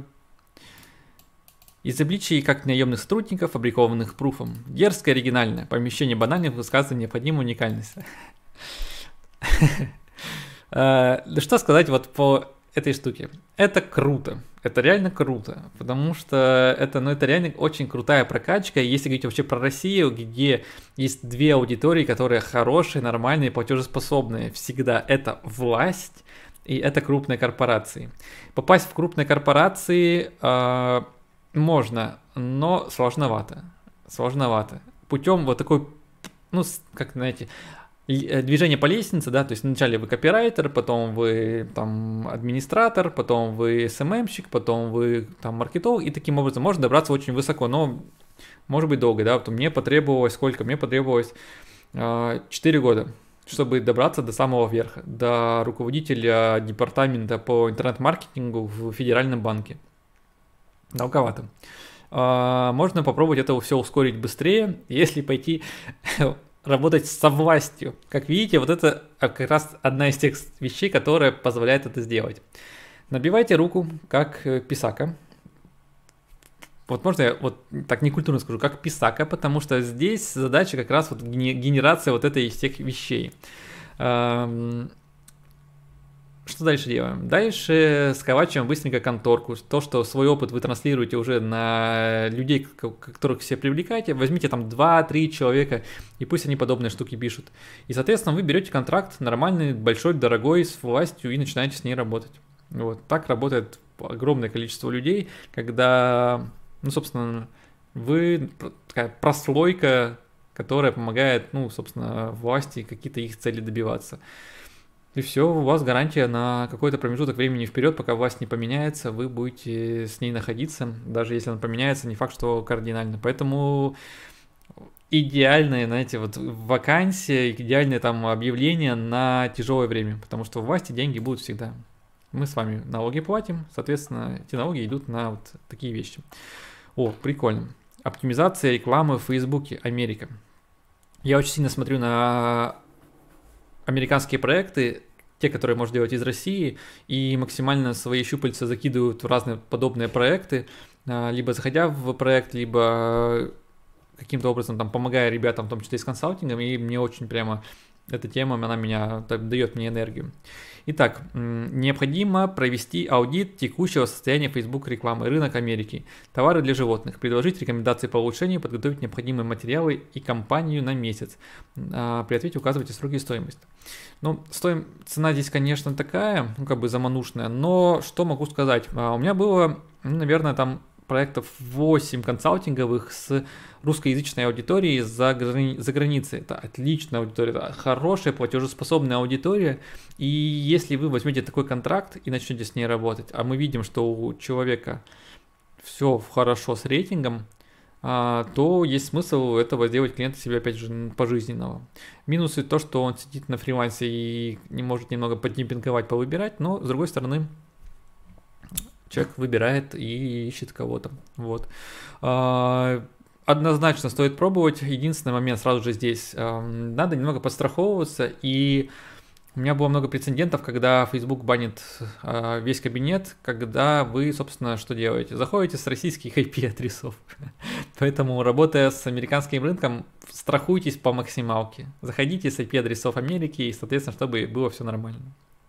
Из обличий как наемных сотрудников, фабрикованных пруфом. Дерзкое, оригинальное. Помещение банальных высказываний, необходимую уникальность. Что сказать вот по этой штуке? Это круто. Это реально круто. Потому что это, ну, это реально очень крутая прокачка. Если говорить вообще про Россию, где есть две аудитории, которые хорошие, нормальные, платежеспособные. Всегда это власть и это крупные корпорации. Попасть в крупные корпорации э, можно, но сложновато. Сложновато. Путем вот такой, ну, как, знаете, движение по лестнице, да, то есть вначале вы копирайтер, потом вы там администратор, потом вы эс эм эм-щик, потом вы там маркетолог, и таким образом можно добраться очень высоко, но может быть долго, да, вот мне потребовалось сколько? Мне потребовалось э, четыре года, чтобы добраться до самого верха, до руководителя департамента по интернет-маркетингу в Федеральном банке. Долговато. Э, можно попробовать это все ускорить быстрее, если пойти работать со властью. Как видите, вот это как раз одна из тех вещей, которая позволяет это сделать. Набивайте руку, как писака. Вот можно я вот так некультурно скажу, как писака, потому что здесь задача как раз вот генерация вот этой из всех вещей. Что дальше делаем? Дальше сколачиваем быстренько конторку. То, что свой опыт вы транслируете уже на людей, которых все привлекаете. Возьмите там два-три человека, и пусть они подобные штуки пишут. И, соответственно, вы берете контракт нормальный, большой, дорогой, с властью и начинаете с ней работать. Вот. Так работает огромное количество людей, когда, ну, собственно, вы такая прослойка, которая помогает, ну, собственно, власти какие-то их цели добиваться. И все, у вас гарантия на какой-то промежуток времени вперед, пока власть не поменяется, вы будете с ней находиться, даже если она поменяется, не факт, что кардинально. Поэтому идеальные, знаете, вот вакансия, идеальное там объявление на тяжелое время, потому что у власти деньги будут всегда. Мы с вами налоги платим, соответственно, эти налоги идут на вот такие вещи. О, прикольно. Оптимизация рекламы в Фейсбуке, Америка. Я очень сильно смотрю на американские проекты, те, которые можно делать из России, и максимально свои щупальца закидывают в разные подобные проекты, либо заходя в проект, либо каким-то образом там помогая ребятам, в том числе и с консалтингом, и мне очень прямо эта тема, она меня дает мне энергию. Итак, необходимо провести аудит текущего состояния Facebook рекламы, рынок Америки, товары для животных, предложить рекомендации по улучшению, подготовить необходимые материалы и кампанию на месяц. При ответе указывайте сроки и стоимость. Ну, стоим... цена здесь, конечно, такая, ну, как бы заманушная, но что могу сказать? У меня было, ну, наверное, там проектов восемь консалтинговых с русскоязычной аудиторией за, грани... за границей. Это отличная аудитория, это хорошая, платежеспособная аудитория. И если вы возьмете такой контракт и начнете с ней работать, а мы видим, что у человека все хорошо с рейтингом, то есть смысл этого сделать клиента себе, опять же, пожизненного. Минусы то, что он сидит на фрилансе и не может немного поддемпинговать, повыбирать, но с другой стороны, человек выбирает и ищет кого-то. Вот. Однозначно стоит пробовать. Единственный момент сразу же здесь. Надо немного подстраховываться. И у меня было много прецедентов, когда Facebook банит весь кабинет, когда вы, собственно, что делаете? Заходите с российских ай пи-адресов. Поэтому, работая с американским рынком, страхуйтесь по максималке. Заходите с ай пи-адресов Америки, и, соответственно, чтобы было все нормально.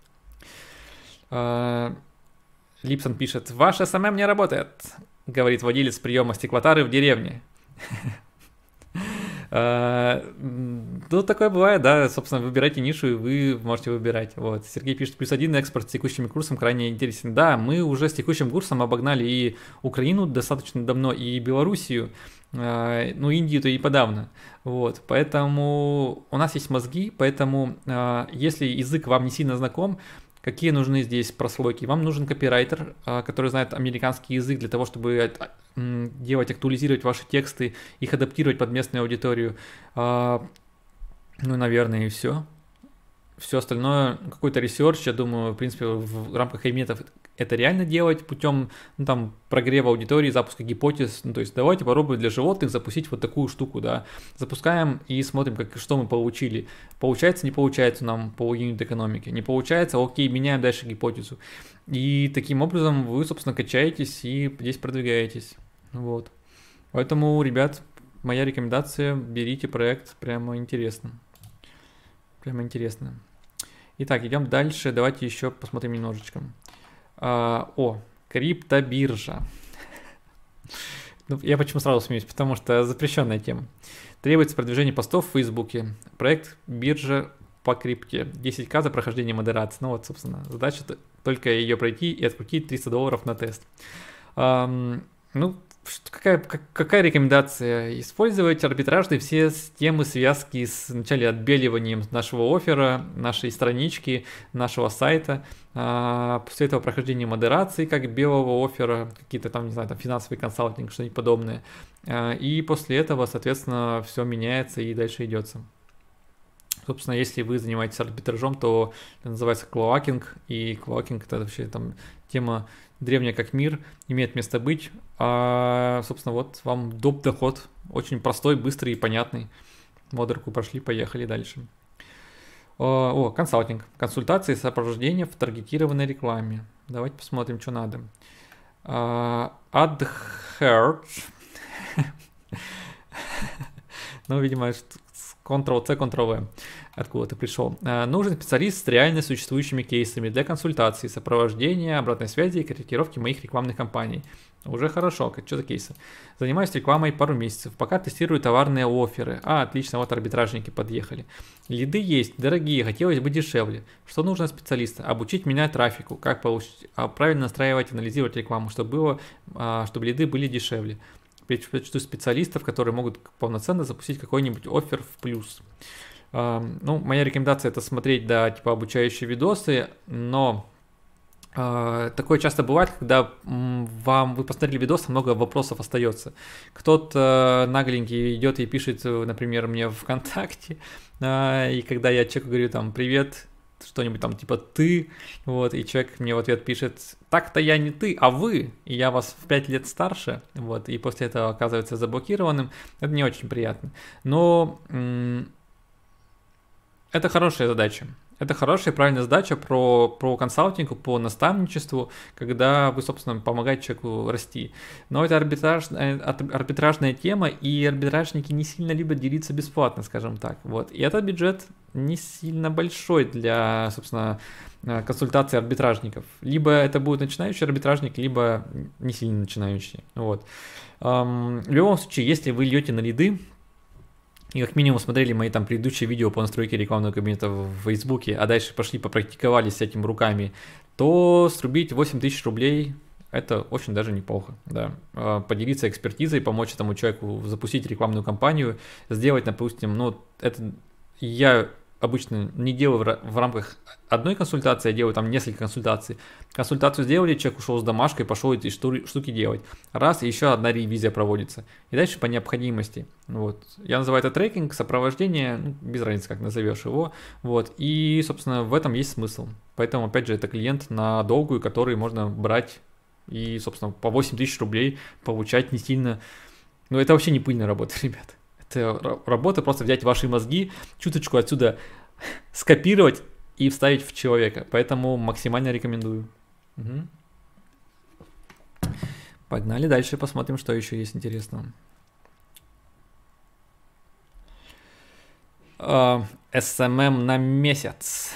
Липсон пишет: «Ваш эс эм эм не работает», говорит владелец приема стеклотары в деревне. Ну, такое бывает, да, собственно, выбирайте нишу, и вы можете выбирать. Вот. Сергей пишет: плюс один экспорт с текущим курсом крайне интересен. Да, мы уже с текущим курсом обогнали и Украину достаточно давно, и Белоруссию, ну, Индию-то и подавно. Вот, поэтому у нас есть мозги, поэтому если язык вам не сильно знаком, какие нужны здесь прослойки? Вам нужен копирайтер, который знает американский язык для того, чтобы делать, актуализировать ваши тексты, их адаптировать под местную аудиторию. Ну, наверное, и все. Все остальное, какой-то ресерч, я думаю, в принципе, в рамках ай это реально делать путем, ну, там, прогрева аудитории, запуска гипотез. Ну, то есть давайте попробуем для животных запустить вот такую штуку, да. Запускаем и смотрим, как, что мы получили. Получается, не получается нам по юнит-экономике. Не получается, окей, меняем дальше гипотезу. И таким образом вы, собственно, качаетесь и здесь продвигаетесь. Вот. Поэтому, ребят, моя рекомендация, берите проект, прямо интересно. Прямо интересно. Итак, идем дальше, давайте еще посмотрим немножечко. А, о, криптобиржа. Ну, я почему сразу смеюсь, потому что запрещенная тема. Требуется продвижение постов в Фейсбуке. Проект биржа по крипте. десять тысяч за прохождение модерации. Ну вот, собственно, задача только ее пройти и открутить триста долларов на тест. А, ну, Какая, какая рекомендация? Использовать арбитражные все темы, связки с вначале отбеливанием нашего оффера, нашей странички, нашего сайта. А, после этого прохождение модерации, как белого оффера, какие-то там, не знаю, там финансовый консалтинг, что-нибудь подобное. А, и после этого, соответственно, все меняется и дальше идется. Собственно, если вы занимаетесь арбитражом, то это называется клоакинг, и клоакинг это вообще там тема древняя как мир, имеет место быть. А, собственно, вот вам доп. Доход, очень простой, быстрый и понятный. Модерку прошли, поехали дальше. О, о, консалтинг. Консультации и сопровождение в таргетированной рекламе. Давайте посмотрим, что надо. AdHeart. Ну, видимо, контрол-C, контрол-V. Откуда ты пришел. Нужен специалист с реально существующими кейсами для консультации, сопровождения, обратной связи и корректировки моих рекламных кампаний. Уже хорошо. Что за кейсы? Занимаюсь рекламой пару месяцев, пока тестирую товарные офферы. А, отлично, вот арбитражники подъехали. Лиды есть, дорогие, хотелось бы дешевле. Что нужно специалисту? Обучить меня трафику, как получить, правильно настраивать, анализировать рекламу, чтобы, было, чтобы лиды были дешевле. Предпочту специалистов, которые могут полноценно запустить какой-нибудь оффер в плюс. Uh, ну, моя рекомендация это смотреть, да, типа обучающие видосы, но uh, такое часто бывает, когда м, вам, вы посмотрели видос, много вопросов остается. Кто-то uh, нагленький идет и пишет, например, мне в ВКонтакте, uh, и когда я человеку говорю там «Привет», что-нибудь там типа «ты», вот, и человек мне в ответ пишет «Так-то я не ты, а вы, и я вас в пять лет старше», вот, и после этого оказывается заблокированным, это не очень приятно. Но м- это хорошая задача. Это хорошая и правильная задача про, про консалтинг, по наставничеству, когда вы, собственно, помогаете человеку расти. Но это арбитраж, арбитражная тема, и арбитражники не сильно любят делиться бесплатно, скажем так. Вот. И этот бюджет не сильно большой для, собственно, консультации арбитражников. Либо это будет начинающий арбитражник, либо не сильно начинающий. Вот. В любом случае, если вы льете на лиды, и как минимум смотрели мои там предыдущие видео по настройке рекламного кабинета в Фейсбуке, а дальше пошли попрактиковались с этим руками, то срубить восемь тысяч рублей – это очень даже неплохо. Да. Поделиться экспертизой, помочь этому человеку запустить рекламную кампанию, сделать, допустим, ну, это я обычно не делаю в рамках одной консультации, я делаю там несколько консультаций. Консультацию сделали, человек ушел с домашкой, пошел эти штуки делать. Раз, и еще одна ревизия проводится. И дальше по необходимости. Вот. Я называю это трекинг, сопровождение, ну, без разницы, как назовешь его. Вот. И, собственно, в этом есть смысл. Поэтому, опять же, это клиент на долгую, который можно брать и, собственно, по восемь тысяч рублей получать не сильно. Ну, это вообще не пыльная работа, ребят. Это работа просто взять ваши мозги, чуточку отсюда скопировать и вставить в человека. Поэтому максимально рекомендую. Угу. Погнали дальше, посмотрим, что еще есть интересного. эс эм эм на месяц.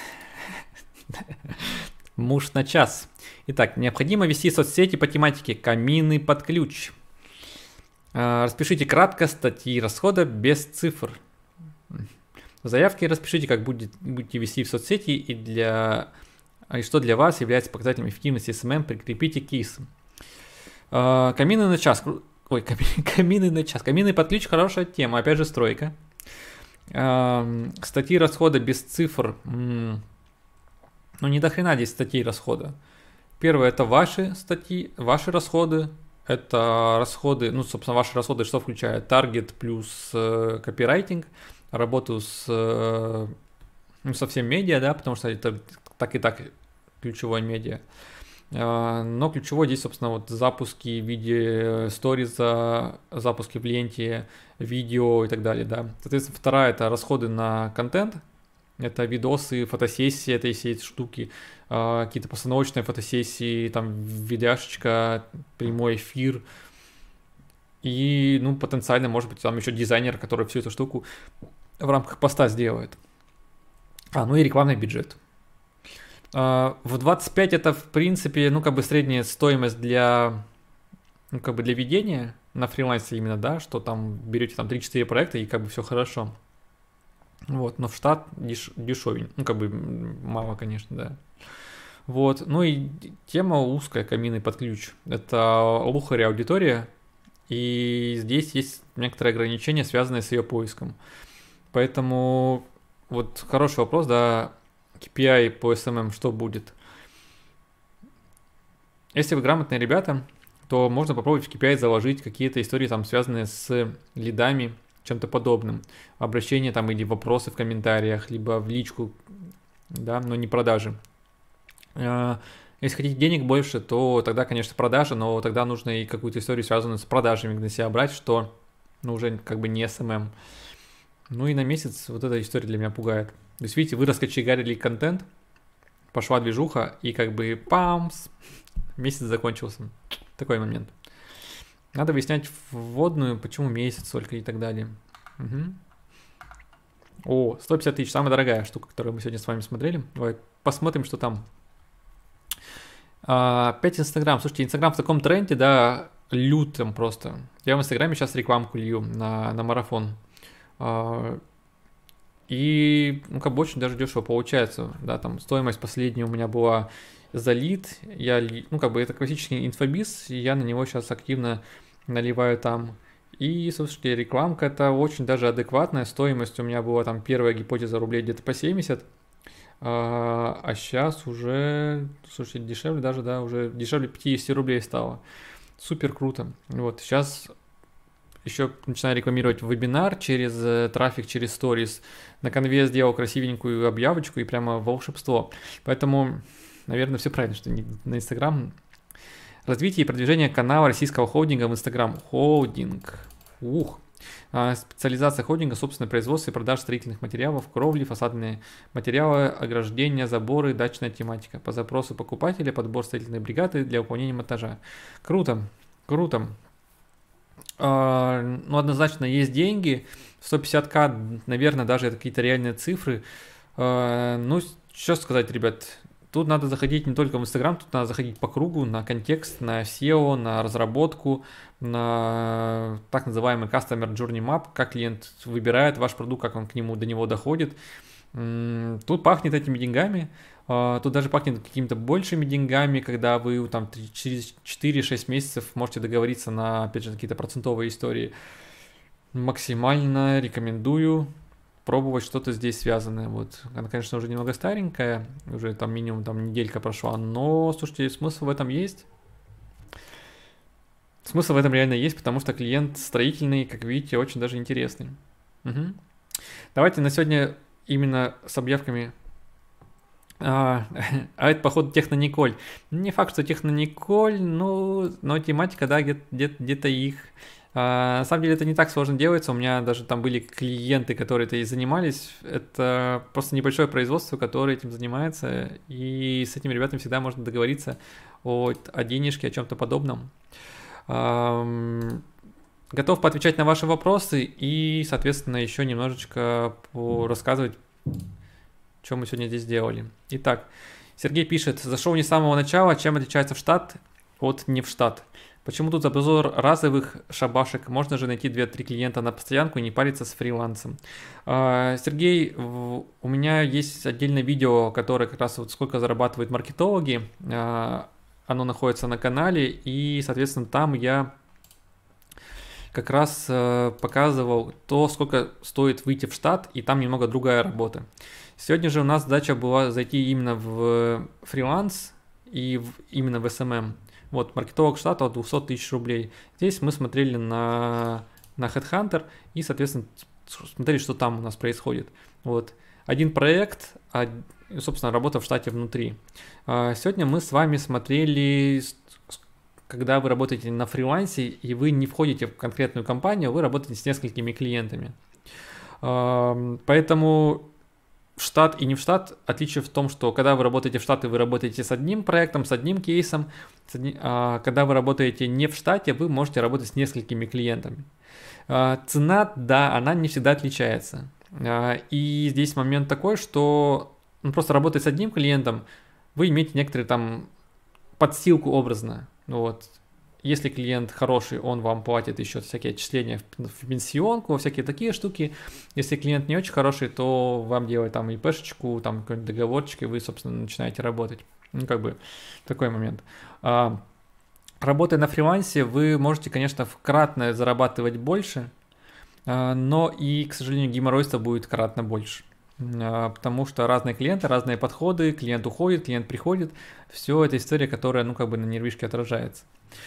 Муж на час. Итак, необходимо вести соцсети по тематике «Камины под ключ». Распишите кратко статьи расхода без цифр. В заявке распишите, как будет, будете вести в соцсети и, для, и что для вас является показателем эффективности эс эм эм. Прикрепите кейсы. Камины на час. Ой, камины на час. Камины под ключ – хорошая тема. Опять же, стройка. Статьи расхода без цифр. Ну, не до хрена здесь статьи расхода. Первое – это ваши статьи, ваши расходы. Это расходы, ну, собственно, ваши расходы что включают? Таргет плюс э, копирайтинг, работу с, э, ну, со всем медиа, да, потому что это так и так ключевое медиа. Но ключевое здесь, собственно, вот запуски в виде сториза, запуски в ленте, видео и так далее, да. Соответственно, вторая – это расходы на контент. Это видосы, фотосессии, это все эти штуки, какие-то постановочные фотосессии, там видяшечка, прямой эфир. И, ну, потенциально, может быть, там еще дизайнер, который всю эту штуку в рамках поста сделает. А, ну и рекламный бюджет. В двадцать пять это, в принципе, ну, как бы средняя стоимость для, ну, как бы для ведения на фрилансе именно, да, что там берете там три-четыре проекта и как бы все хорошо. Вот, но в штат деш, дешевень, ну, как бы мало, конечно, да. Вот, ну и тема узкая, камины под ключ. Это лухарь аудитория, и здесь есть некоторые ограничения, связанные с ее поиском. Поэтому вот хороший вопрос, да, кей пи ай по эс эм эм что будет? Если вы грамотные ребята, то можно попробовать в кей пи ай заложить какие-то истории, там, связанные с лидами, чем-то подобным. Обращения там или вопросы в комментариях, либо в личку, да, но не продажи. Если хотите денег больше, то тогда, конечно, продажи, но тогда нужно и какую-то историю, связанную с продажами, на себя брать, что, ну, уже как бы не эс эм эм. Ну и на месяц вот эта история для меня пугает. То есть, видите, вы раскочегарили контент, пошла движуха, и как бы памс, месяц закончился. Такой момент. Надо выяснять вводную, почему месяц только и так далее. Угу. О, сто пятьдесят тысяч, самая дорогая штука, которую мы сегодня с вами смотрели. Давай посмотрим, что там. Опять Инстаграм. Слушайте, Инстаграм в таком тренде, да, лютом просто. Я в Инстаграме сейчас рекламку лью на, на марафон. И, ну, как бы очень даже дешево получается, да, там стоимость последняя у меня была за лид, я, ну, как бы это классический инфобиз, и я на него сейчас активно наливаю там. И, собственно, рекламка это очень даже адекватная, стоимость у меня была там первая гипотеза рублей где-то по семьдесят, а, а сейчас уже, слушайте, дешевле даже, да, уже дешевле пятьдесят рублей стало. Супер круто. Вот, сейчас еще начинаю рекламировать вебинар через э, трафик, через сторис. На конве сделал красивенькую объявочку и прямо волшебство. Поэтому, наверное, все правильно, что не на Инстаграм. Развитие и продвижение канала российского холдинга в Инстаграм. Холдинг. Ух. А, специализация холдинга, собственное производство и продажа строительных материалов, кровли, фасадные материалы, ограждения, заборы, дачная тематика. По запросу покупателя подбор строительной бригады для выполнения монтажа. Круто. Круто. Uh, ну, однозначно есть деньги, сто пятьдесят тысяч, наверное, даже это какие-то реальные цифры. Uh, ну, что сказать, ребят, тут надо заходить не только в Инстаграм, тут надо заходить по кругу, на контекст, на сео, на разработку, на так называемый Customer Journey Map, как клиент выбирает ваш продукт, как он к нему, до него доходит. Uh, тут пахнет этими деньгами. Тут даже пахнет какими-то большими деньгами, когда вы там через четыре-шесть месяцев можете договориться на, опять же, какие-то процентовые истории. Максимально рекомендую пробовать что-то здесь связанное. Вот. Она, конечно, уже немного старенькая, уже там минимум там неделька прошла, но, слушайте, смысл в этом есть. Смысл в этом реально есть, потому что клиент строительный, как видите, очень даже интересный. Угу. Давайте на сегодня именно с объявками. А, а это, походу, Технониколь. Не факт, что Технониколь, ну, но тематика, да, где-то, где-то их. А, на самом деле это не так сложно делается. У меня даже там были клиенты, которые это и занимались. Это просто небольшое производство, которое этим занимается. И с этими ребятами всегда можно договориться о, о денежке, о чем-то подобном. А, готов поотвечать на ваши вопросы и, соответственно, еще немножечко рассказывать, что мы сегодня здесь делали. Итак, Сергей пишет, зашел не с самого начала, чем отличается в штат от не в штат. Почему тут обзор разовых шабашек? Можно же найти два-три клиента на постоянку и не париться с фрилансом. Сергей, у меня есть отдельное видео, которое как раз вот сколько зарабатывают маркетологи. Оно находится на канале, и, соответственно, там я как раз показывал то, сколько стоит выйти в штат, и там немного другая работа. Сегодня же у нас задача была зайти именно в фриланс и в, именно в эс эм эм. Вот, маркетолог штата от двести тысяч рублей. Здесь мы смотрели на, на HeadHunter и, соответственно, смотрели, что там у нас происходит. Вот. один проект, а, собственно, работа в штате внутри. Сегодня мы с вами смотрели, когда вы работаете на фрилансе, и вы не входите в конкретную компанию, вы работаете с несколькими клиентами. Поэтому штат и не в штат, отличие в том, что когда вы работаете в штате, вы работаете с одним проектом, с одним кейсом, с одни... а когда вы работаете не в штате, вы можете работать с несколькими клиентами. Цена, да, она не всегда отличается. И здесь момент такой, что ну, просто работая с одним клиентом, вы имеете некоторые там подстилку образно. Вот. Если клиент хороший, он вам платит еще всякие отчисления в пенсионку, всякие такие штуки. Если клиент не очень хороший, то вам делают там ИПшечку, там какой-нибудь договорчик, и вы, собственно, начинаете работать. Ну, как бы такой момент. А, работая на фрилансе, вы можете, конечно, кратно зарабатывать больше, а, но и, к сожалению, геморройства будет кратно больше. Потому что разные клиенты, разные подходы, клиент уходит, клиент приходит. Все это история, которая, ну, как бы на нервишке отражается.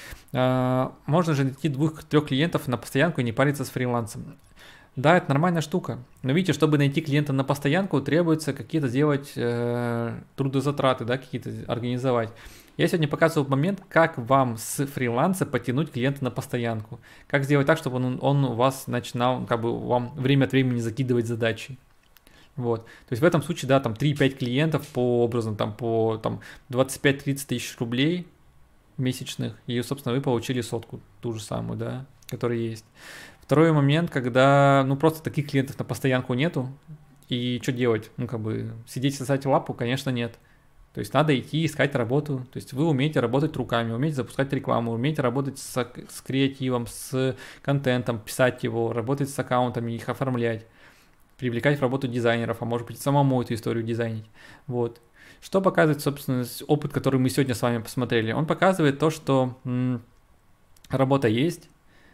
Можно же найти двух-трех клиентов на постоянку и не париться с фрилансом. Да, это нормальная штука. Но видите, чтобы найти клиента на постоянку, требуется какие-то сделать э, трудозатраты, да, какие-то организовать. Я сегодня показывал момент, как вам с фриланса потянуть клиента на постоянку. Как сделать так, чтобы он, он у вас начинал, как бы, вам время от времени закидывать задачи. Вот. То есть в этом случае, да, там три-пять клиентов по образу, там по там, двадцать пять-тридцать тысяч рублей месячных, и, собственно, вы получили сотку, ту же самую, да, которая есть. Второй момент, когда, ну, просто таких клиентов на постоянку нету, и что делать? Ну, как бы, сидеть сосать лапу, конечно, нет. То есть надо идти искать работу, то есть вы умеете работать руками, умеете запускать рекламу, умеете работать с, с креативом, с контентом, писать его, работать с аккаунтами, их оформлять, привлекать в работу дизайнеров, а может быть самому эту историю дизайнить. Вот. Что показывает, собственно, опыт, который мы сегодня с вами посмотрели? Он показывает то, что м, работа есть,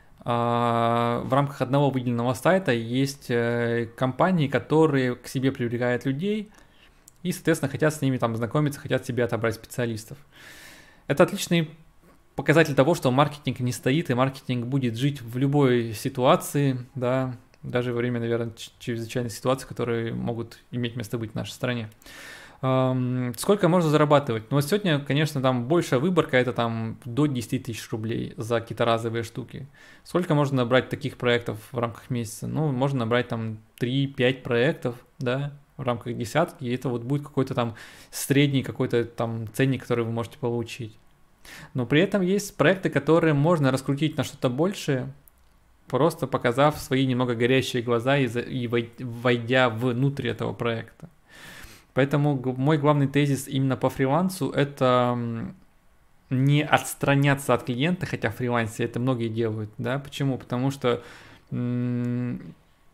а, в рамках одного выделенного сайта есть э, компании, которые к себе привлекают людей и, соответственно, хотят с ними там знакомиться, хотят себе отобрать специалистов. Это отличный показатель того, что маркетинг не стоит, и маркетинг будет жить в любой ситуации, да, даже во время, наверное, чрезвычайных ситуаций, которые могут иметь место быть в нашей стране. Сколько можно зарабатывать? Ну вот сегодня, конечно, там большая выборка, это там до десяти тысяч рублей за какие-то разовые штуки. Сколько можно набрать таких проектов в рамках месяца? Ну, можно набрать там три-пять проектов, да, в рамках десятки, и это вот будет какой-то там средний какой-то там ценник, который вы можете получить. Но при этом есть проекты, которые можно раскрутить на что-то большее, просто показав свои немного горящие глаза и, за, и войдя внутрь этого проекта. Поэтому мой главный тезис именно по фрилансу – это не отстраняться от клиента, хотя в фрилансе это многие делают. Да? Почему? Потому что м-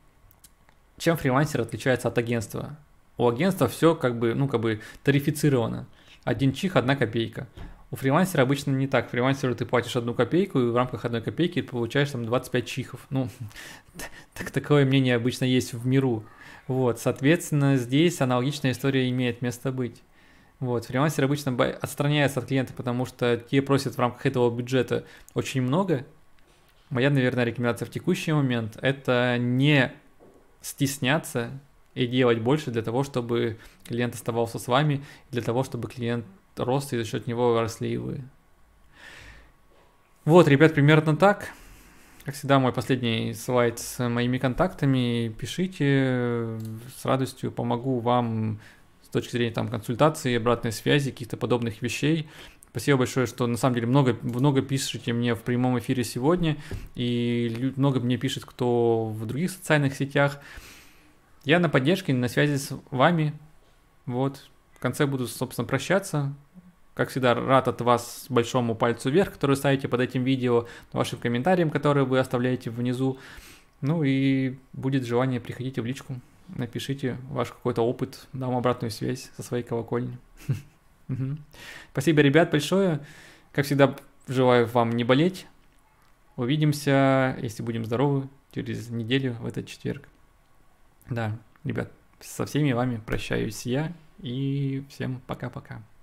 чем фрилансер отличается от агентства? У агентства все как бы, ну, как бы тарифицировано. Один чих, одна копейка. У фрилансера обычно не так. Фрилансеру ты платишь одну копейку, и в рамках одной копейки ты получаешь там двадцать пять чихов. Ну, так, такое мнение обычно есть в миру. Вот, соответственно, здесь аналогичная история имеет место быть. Вот, фрилансер обычно отстраняется от клиента, потому что те просят в рамках этого бюджета очень много. Моя, наверное, рекомендация в текущий момент – это не стесняться и делать больше для того, чтобы клиент оставался с вами, для того, чтобы клиент рос, и за счет него росли и вы. Вот, ребят, примерно так. Как всегда, мой последний слайд с моими контактами. Пишите, с радостью помогу вам с точки зрения там, консультации, обратной связи, каких-то подобных вещей. Спасибо большое, что на самом деле много, много пишете мне в прямом эфире сегодня, и много мне пишет кто в других социальных сетях. Я на поддержке, на связи с вами. Вот. В конце буду, собственно, прощаться. Как всегда, рад от вас большому пальцу вверх, который ставите под этим видео, вашим комментариям, которые вы оставляете внизу. Ну и будет желание, приходите в личку, напишите ваш какой-то опыт, дам обратную связь со своей колокольни. Спасибо, ребят, большое. Как всегда, желаю вам не болеть. Увидимся, если будем здоровы, через неделю в этот четверг. Да, ребят, со всеми вами прощаюсь я и всем пока-пока.